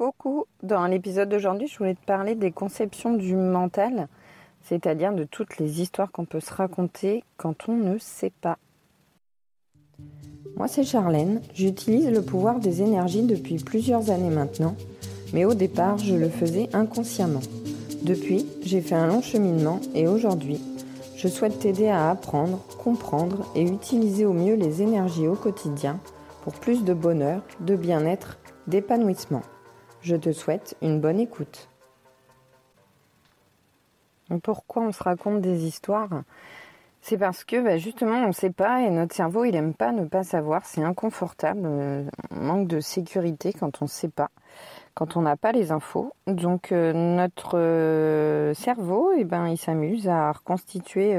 Coucou, dans l'épisode d'aujourd'hui, je voulais te parler des conceptions du mental, c'est-à-dire de toutes les histoires qu'on peut se raconter quand on ne sait pas. Moi, c'est Charlène, j'utilise le pouvoir des énergies depuis plusieurs années maintenant, mais au départ, je le faisais inconsciemment. Depuis, j'ai fait un long cheminement et aujourd'hui, je souhaite t'aider à apprendre, comprendre et utiliser au mieux les énergies au quotidien pour plus de bonheur, de bien-être, d'épanouissement. Je te souhaite une bonne écoute. Pourquoi on se raconte des histoires ? C'est parce que justement on ne sait pas et notre cerveau il aime pas ne pas savoir, c'est inconfortable, on manque de sécurité quand on ne sait pas, quand on n'a pas les infos. Donc notre cerveau il s'amuse à reconstituer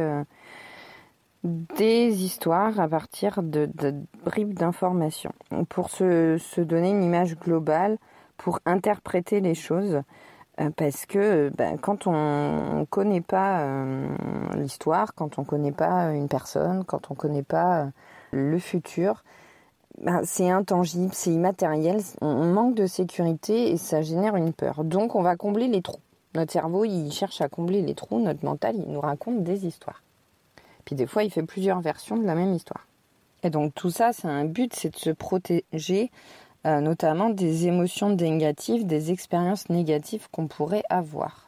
des histoires à partir de bribes d'informations pour se donner une image globale, pour interpréter les choses, parce que quand on ne connaît pas l'histoire, quand on ne connaît pas une personne, quand on ne connaît pas le futur, c'est intangible, c'est immatériel, on manque de sécurité et ça génère une peur. Donc on va combler les trous. Notre cerveau, il cherche à combler les trous, notre mental, il nous raconte des histoires. Puis des fois, il fait plusieurs versions de la même histoire. Et donc tout ça, c'est un but, c'est de se protéger notamment des émotions négatives, des expériences négatives qu'on pourrait avoir.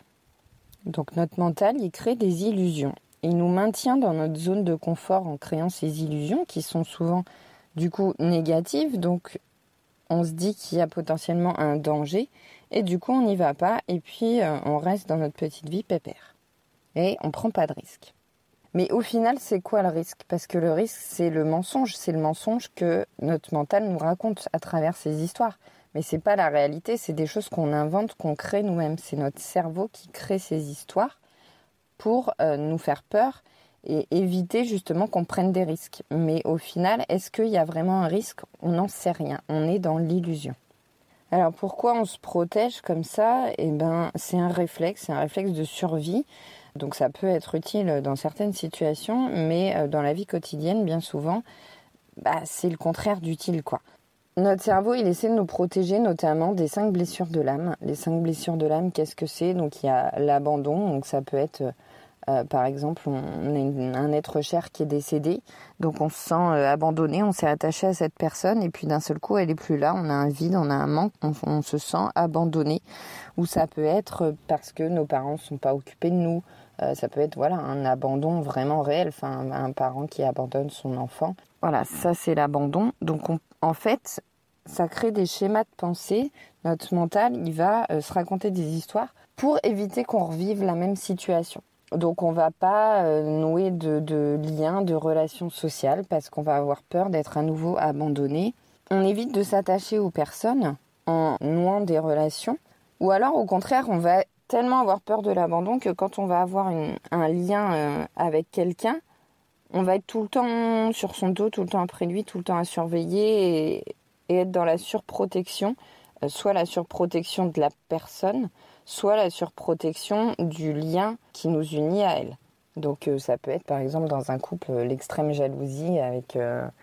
Donc notre mental, il crée des illusions. Il nous maintient dans notre zone de confort en créant ces illusions qui sont souvent du coup négatives. Donc on se dit qu'il y a potentiellement un danger et du coup on n'y va pas et puis on reste dans notre petite vie pépère. Et on ne prend pas de risque. Mais au final, c'est quoi le risque ? Parce que le risque, c'est le mensonge que notre mental nous raconte à travers ces histoires. Mais c'est pas la réalité, c'est des choses qu'on invente, qu'on crée nous-mêmes. C'est notre cerveau qui crée ces histoires pour nous faire peur et éviter justement qu'on prenne des risques. Mais au final, est-ce qu'il y a vraiment un risque ? On n'en sait rien, on est dans l'illusion. Alors pourquoi on se protège comme ça ? C'est un réflexe de survie. Donc ça peut être utile dans certaines situations, mais dans la vie quotidienne, bien souvent, c'est le contraire d'utile, quoi. Notre cerveau, il essaie de nous protéger notamment des 5 blessures de l'âme. Les 5 blessures de l'âme, qu'est-ce que c'est ? Donc il y a l'abandon, donc ça peut être, par exemple, on a un être cher qui est décédé, donc on se sent abandonné, on s'est attaché à cette personne, et puis d'un seul coup, elle est plus là, on a un vide, on a un manque, on se sent abandonné. Ou ça peut être parce que nos parents ne sont pas occupés de nous. Ça peut être un abandon vraiment réel, un parent qui abandonne son enfant. Voilà, ça c'est l'abandon. Donc en fait, ça crée des schémas de pensée. Notre mental, il va se raconter des histoires pour éviter qu'on revive la même situation. Donc on va pas nouer de liens, de relations sociales parce qu'on va avoir peur d'être à nouveau abandonné. On évite de s'attacher aux personnes en nouant des relations. Ou alors au contraire, on va tellement avoir peur de l'abandon que quand on va avoir un lien avec quelqu'un, on va être tout le temps sur son dos, tout le temps après lui, tout le temps à surveiller et être dans la surprotection, soit la surprotection de la personne, soit la surprotection du lien qui nous unit à elle. Donc ça peut être par exemple dans un couple l'extrême jalousie avec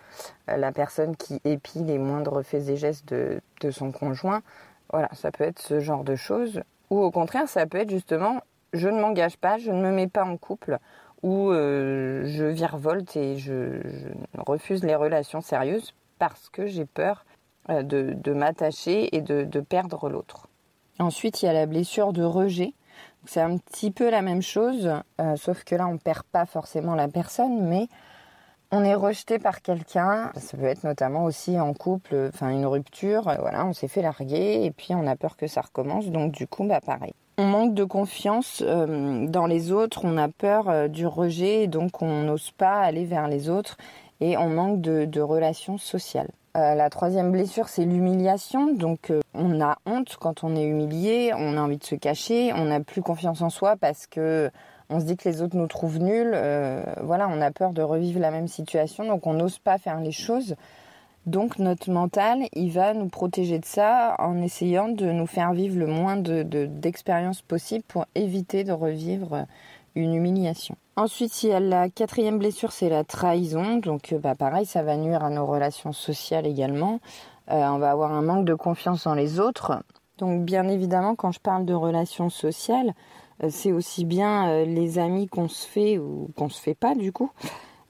la personne qui épie les moindres faits et gestes de son conjoint. Voilà, ça peut être ce genre de choses. Ou au contraire, ça peut être justement, je ne m'engage pas, je ne me mets pas en couple, ou je virevolte et je refuse les relations sérieuses parce que j'ai peur de m'attacher et de perdre l'autre. Ensuite, il y a la blessure de rejet. C'est un petit peu la même chose, sauf que là, on ne perd pas forcément la personne, mais on est rejeté par quelqu'un. Ça peut être notamment aussi en couple, une rupture. On s'est fait larguer et puis on a peur que ça recommence. Donc du coup, pareil. On manque de confiance dans les autres. On a peur du rejet, donc on n'ose pas aller vers les autres et on manque de relations sociales. La troisième blessure, c'est l'humiliation. Donc on a honte quand on est humilié. On a envie de se cacher. On n'a plus confiance en soi parce que on se dit que les autres nous trouvent nuls, on a peur de revivre la même situation, donc on n'ose pas faire les choses. Donc notre mental, il va nous protéger de ça en essayant de nous faire vivre le moins d'expériences possibles pour éviter de revivre une humiliation. Ensuite, il y a la quatrième blessure, c'est la trahison. Donc pareil, ça va nuire à nos relations sociales également. On va avoir un manque de confiance dans les autres. Donc bien évidemment, quand je parle de relations sociales, c'est aussi bien les amis qu'on se fait ou qu'on se fait pas du coup,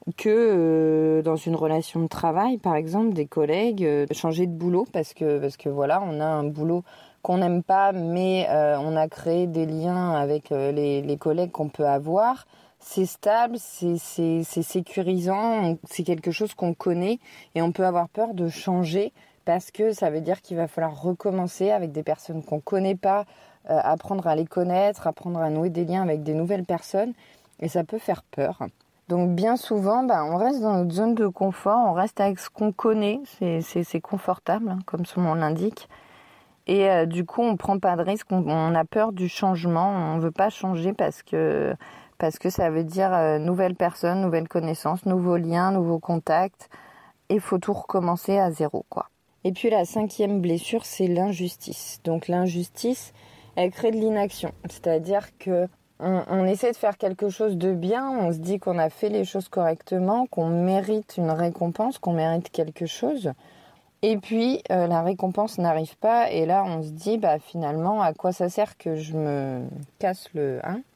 que dans une relation de travail, par exemple, des collègues, changer de boulot parce que voilà, on a un boulot qu'on n'aime pas, mais on a créé des liens avec les collègues qu'on peut avoir. C'est stable, c'est sécurisant, c'est quelque chose qu'on connaît et on peut avoir peur de changer parce que ça veut dire qu'il va falloir recommencer avec des personnes qu'on connaît pas, apprendre à les connaître, apprendre à nouer des liens avec des nouvelles personnes et ça peut faire peur. Donc bien souvent, on reste dans notre zone de confort, on reste avec ce qu'on connaît, c'est confortable, hein, comme son nom l'indique. Et du coup, on prend pas de risque, on a peur du changement, on veut pas changer parce que ça veut dire nouvelle personne, nouvelle connaissance, nouveaux liens, nouveaux contacts. Et il faut tout recommencer à zéro, quoi. Et puis la 5e blessure, c'est l'injustice. Donc l'injustice, elle crée de l'inaction. C'est-à-dire que on essaie de faire quelque chose de bien, on se dit qu'on a fait les choses correctement, qu'on mérite une récompense, qu'on mérite quelque chose. Et puis, la récompense n'arrive pas. Et là, on se dit, finalement, à quoi ça sert que je me casse le...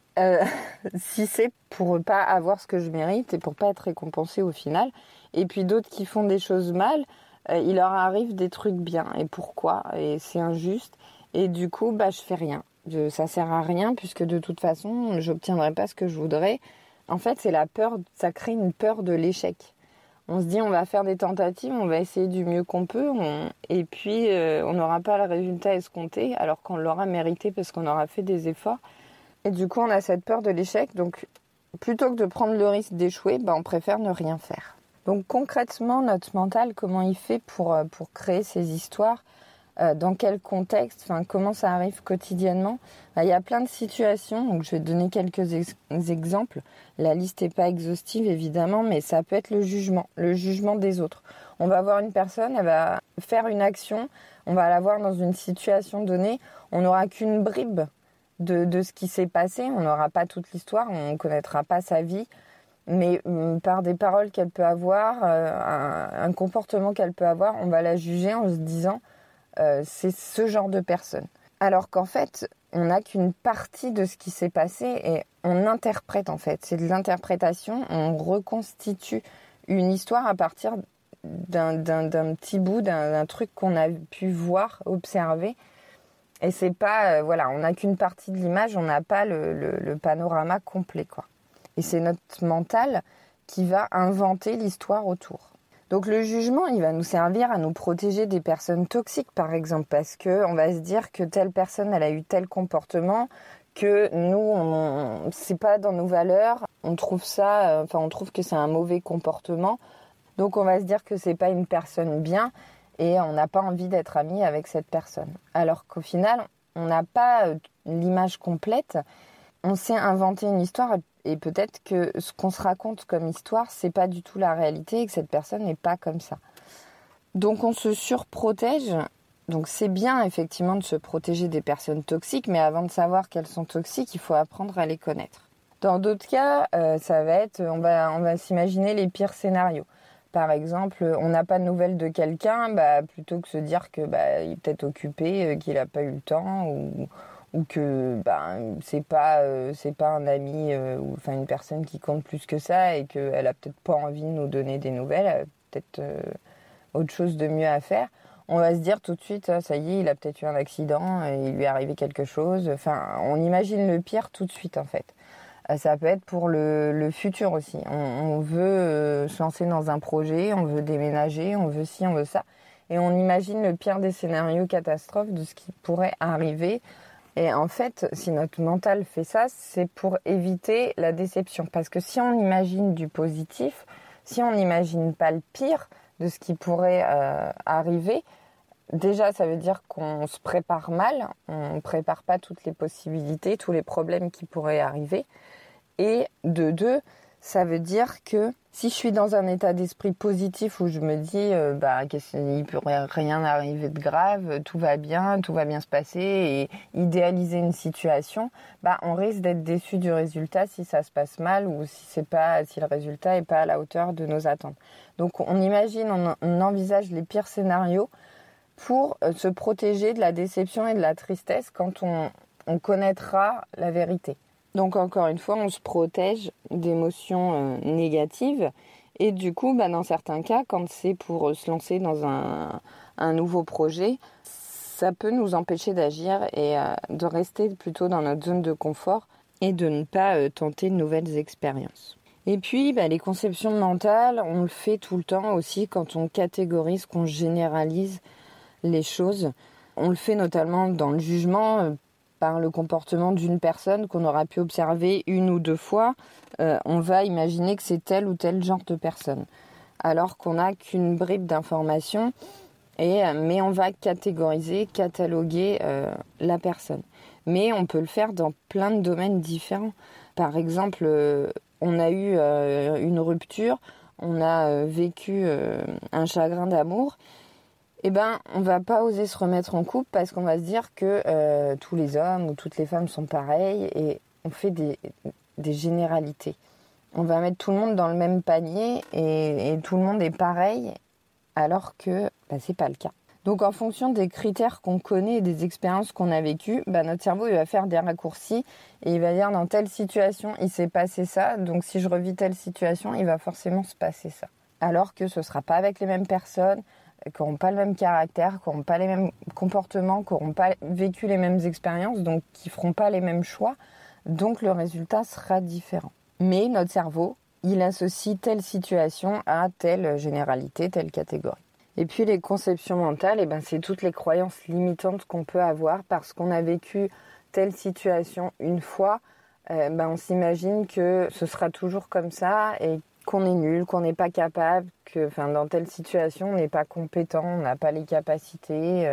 si c'est pour pas avoir ce que je mérite et pour pas être récompensé au final. Et puis d'autres qui font des choses mal, il leur arrive des trucs bien. Et pourquoi ? Et c'est injuste. Et du coup, je fais rien. Ça sert à rien puisque de toute façon, j'obtiendrai pas ce que je voudrais. En fait, c'est la peur, ça crée une peur de l'échec. On se dit, on va faire des tentatives, on va essayer du mieux qu'on peut, et puis on n'aura pas le résultat escompté, alors qu'on l'aura mérité parce qu'on aura fait des efforts. Et du coup, on a cette peur de l'échec, donc plutôt que de prendre le risque d'échouer, on préfère ne rien faire. Donc concrètement, notre mental, comment il fait pour créer ces histoires ? Dans quel contexte, comment ça arrive quotidiennement. Il y a plein de situations, donc je vais te donner quelques exemples. La liste n'est pas exhaustive évidemment, mais ça peut être le jugement des autres. On va voir une personne, elle va faire une action, on va la voir dans une situation donnée, on n'aura qu'une bribe de ce qui s'est passé, on n'aura pas toute l'histoire, on ne connaîtra pas sa vie, mais par des paroles qu'elle peut avoir, un comportement qu'elle peut avoir, on va la juger en se disant c'est ce genre de personne. Alors qu'en fait, on n'a qu'une partie de ce qui s'est passé et on interprète en fait. C'est de l'interprétation, on reconstitue une histoire à partir d'un petit bout, d'un truc qu'on a pu voir, observer. Et c'est pas, on n'a qu'une partie de l'image, on n'a pas le panorama complet, quoi. Et c'est notre mental qui va inventer l'histoire autour. Donc le jugement, il va nous servir à nous protéger des personnes toxiques, par exemple, parce que on va se dire que telle personne, elle a eu tel comportement, que nous, c'est pas dans nos valeurs, on trouve ça, on trouve que c'est un mauvais comportement, donc on va se dire que c'est pas une personne bien, et on n'a pas envie d'être ami avec cette personne. Alors qu'au final, on n'a pas l'image complète, on s'est inventé une histoire. Et peut-être que ce qu'on se raconte comme histoire, c'est pas du tout la réalité et que cette personne n'est pas comme ça. Donc on se surprotège. Donc c'est bien effectivement de se protéger des personnes toxiques, mais avant de savoir qu'elles sont toxiques, il faut apprendre à les connaître. Dans d'autres cas, ça va être, on va s'imaginer les pires scénarios. Par exemple, on n'a pas de nouvelles de quelqu'un, plutôt que se dire que il est peut-être occupé, qu'il n'a pas eu le temps ou que c'est pas un ami ou une personne qui compte plus que ça et qu'elle a peut-être pas envie de nous donner des nouvelles, elle a peut-être autre chose de mieux à faire. On va se dire tout de suite, ça y est, il a peut-être eu un accident, il lui est arrivé quelque chose. On imagine le pire tout de suite en fait. Ça peut être pour le futur aussi. On veut se lancer dans un projet, on veut déménager, on veut ci, on veut ça. Et on imagine le pire des scénarios catastrophes de ce qui pourrait arriver. Et en fait, si notre mental fait ça, c'est pour éviter la déception. Parce que si on imagine du positif, si on n'imagine pas le pire de ce qui pourrait arriver, déjà, ça veut dire qu'on se prépare mal, on ne prépare pas toutes les possibilités, tous les problèmes qui pourraient arriver. Et de deux, ça veut dire que si je suis dans un état d'esprit positif où je me dis il ne peut rien arriver de grave, tout va bien se passer et idéaliser une situation, on risque d'être déçu du résultat si ça se passe mal ou si le résultat n'est pas à la hauteur de nos attentes. Donc on imagine, on envisage les pires scénarios pour se protéger de la déception et de la tristesse quand on connaîtra la vérité. Donc encore une fois, on se protège d'émotions négatives et du coup, dans certains cas, quand c'est pour se lancer dans un nouveau projet, ça peut nous empêcher d'agir et de rester plutôt dans notre zone de confort et de ne pas tenter de nouvelles expériences. Et puis, les conceptions mentales, on le fait tout le temps aussi quand on catégorise, qu'on généralise les choses. On le fait notamment dans le jugement, par le comportement d'une personne qu'on aura pu observer une ou deux fois. On va imaginer que c'est tel ou tel genre de personne, alors qu'on n'a qu'une bribe d'informations, mais on va catégoriser, cataloguer la personne. Mais on peut le faire dans plein de domaines différents. Par exemple, on a eu une rupture, on a vécu un chagrin d'amour, on va pas oser se remettre en couple parce qu'on va se dire que tous les hommes ou toutes les femmes sont pareils et on fait des généralités. On va mettre tout le monde dans le même panier et tout le monde est pareil alors que c'est pas le cas. Donc en fonction des critères qu'on connaît et des expériences qu'on a vécues, notre cerveau il va faire des raccourcis et il va dire dans telle situation il s'est passé ça, donc si je revis telle situation il va forcément se passer ça. Alors que ce sera pas avec les mêmes personnes, qui n'auront pas le même caractère, qui n'auront pas les mêmes comportements, qui n'auront pas vécu les mêmes expériences, donc qui ne feront pas les mêmes choix, donc le résultat sera différent. Mais notre cerveau, il associe telle situation à telle généralité, telle catégorie. Et puis les conceptions mentales, c'est toutes les croyances limitantes qu'on peut avoir parce qu'on a vécu telle situation une fois, on s'imagine que ce sera toujours comme ça et qu'on est nul, qu'on n'est pas capable, que dans telle situation on n'est pas compétent, on n'a pas les capacités,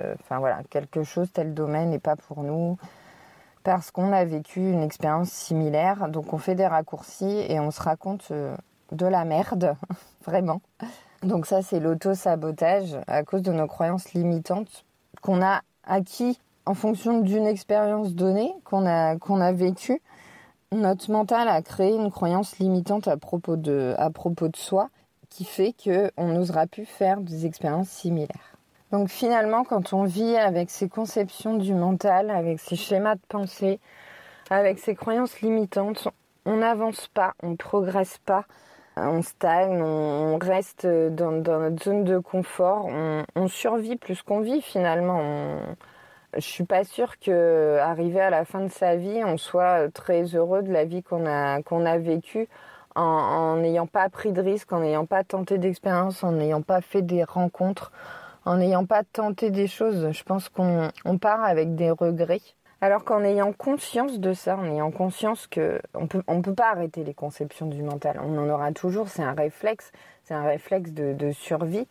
quelque chose, tel domaine n'est pas pour nous, parce qu'on a vécu une expérience similaire, donc on fait des raccourcis et on se raconte de la merde, vraiment. Donc ça c'est l'auto-sabotage à cause de nos croyances limitantes qu'on a acquis en fonction d'une expérience donnée qu'on a vécue. Notre mental a créé une croyance limitante à propos de soi qui fait qu'on n'osera plus faire des expériences similaires. Donc finalement, quand on vit avec ces conceptions du mental, avec ces schémas de pensée, avec ces croyances limitantes, on n'avance pas, on ne progresse pas, on stagne, on reste dans notre zone de confort, on survit plus qu'on vit finalement. Je suis pas sûre qu'arrivé à la fin de sa vie, on soit très heureux de la vie qu'on a vécue en n'ayant pas pris de risques, en n'ayant pas tenté d'expériences, en n'ayant pas fait des rencontres, en n'ayant pas tenté des choses. Je pense qu'on part avec des regrets. Alors qu'en ayant conscience de ça, en ayant conscience qu'on peut pas arrêter les conceptions du mental, on en aura toujours, c'est un réflexe de survie,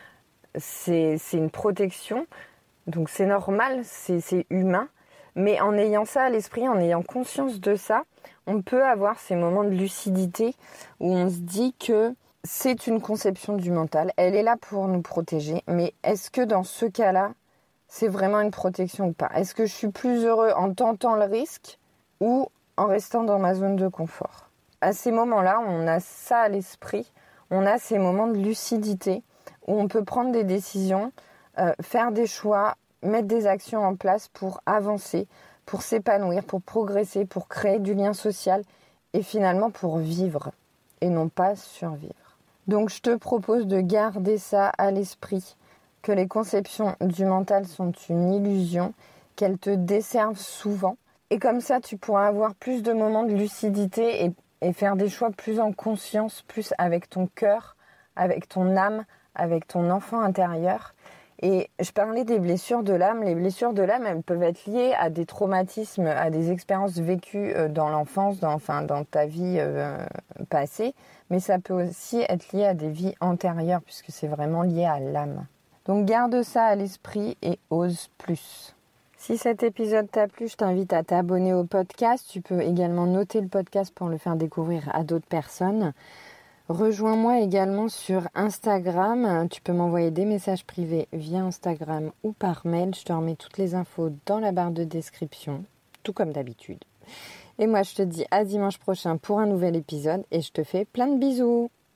c'est une protection. Donc c'est normal, c'est humain, mais en ayant ça à l'esprit, en ayant conscience de ça, on peut avoir ces moments de lucidité où on se dit que c'est une conception du mental, elle est là pour nous protéger, mais est-ce que dans ce cas-là, c'est vraiment une protection ou pas ? Est-ce que je suis plus heureux en tentant le risque ou en restant dans ma zone de confort ? À ces moments-là, on a ça à l'esprit, on a ces moments de lucidité où on peut prendre des décisions, faire des choix, mettre des actions en place pour avancer, pour s'épanouir, pour progresser, pour créer du lien social et finalement pour vivre et non pas survivre. Donc je te propose de garder ça à l'esprit, que les conceptions du mental sont une illusion, qu'elles te desservent souvent et comme ça tu pourras avoir plus de moments de lucidité et faire des choix plus en conscience, plus avec ton cœur, avec ton âme, avec ton enfant intérieur. Et je parlais des blessures de l'âme. Les blessures de l'âme, elles peuvent être liées à des traumatismes, à des expériences vécues dans l'enfance, dans ta vie passée. Mais ça peut aussi être lié à des vies antérieures, puisque c'est vraiment lié à l'âme. Donc garde ça à l'esprit et ose plus. Si cet épisode t'a plu, je t'invite à t'abonner au podcast. Tu peux également noter le podcast pour le faire découvrir à d'autres personnes. Rejoins-moi également sur Instagram. Tu peux m'envoyer des messages privés via Instagram ou par mail. Je te remets toutes les infos dans la barre de description, tout comme d'habitude. Et moi, je te dis à dimanche prochain pour un nouvel épisode et je te fais plein de bisous.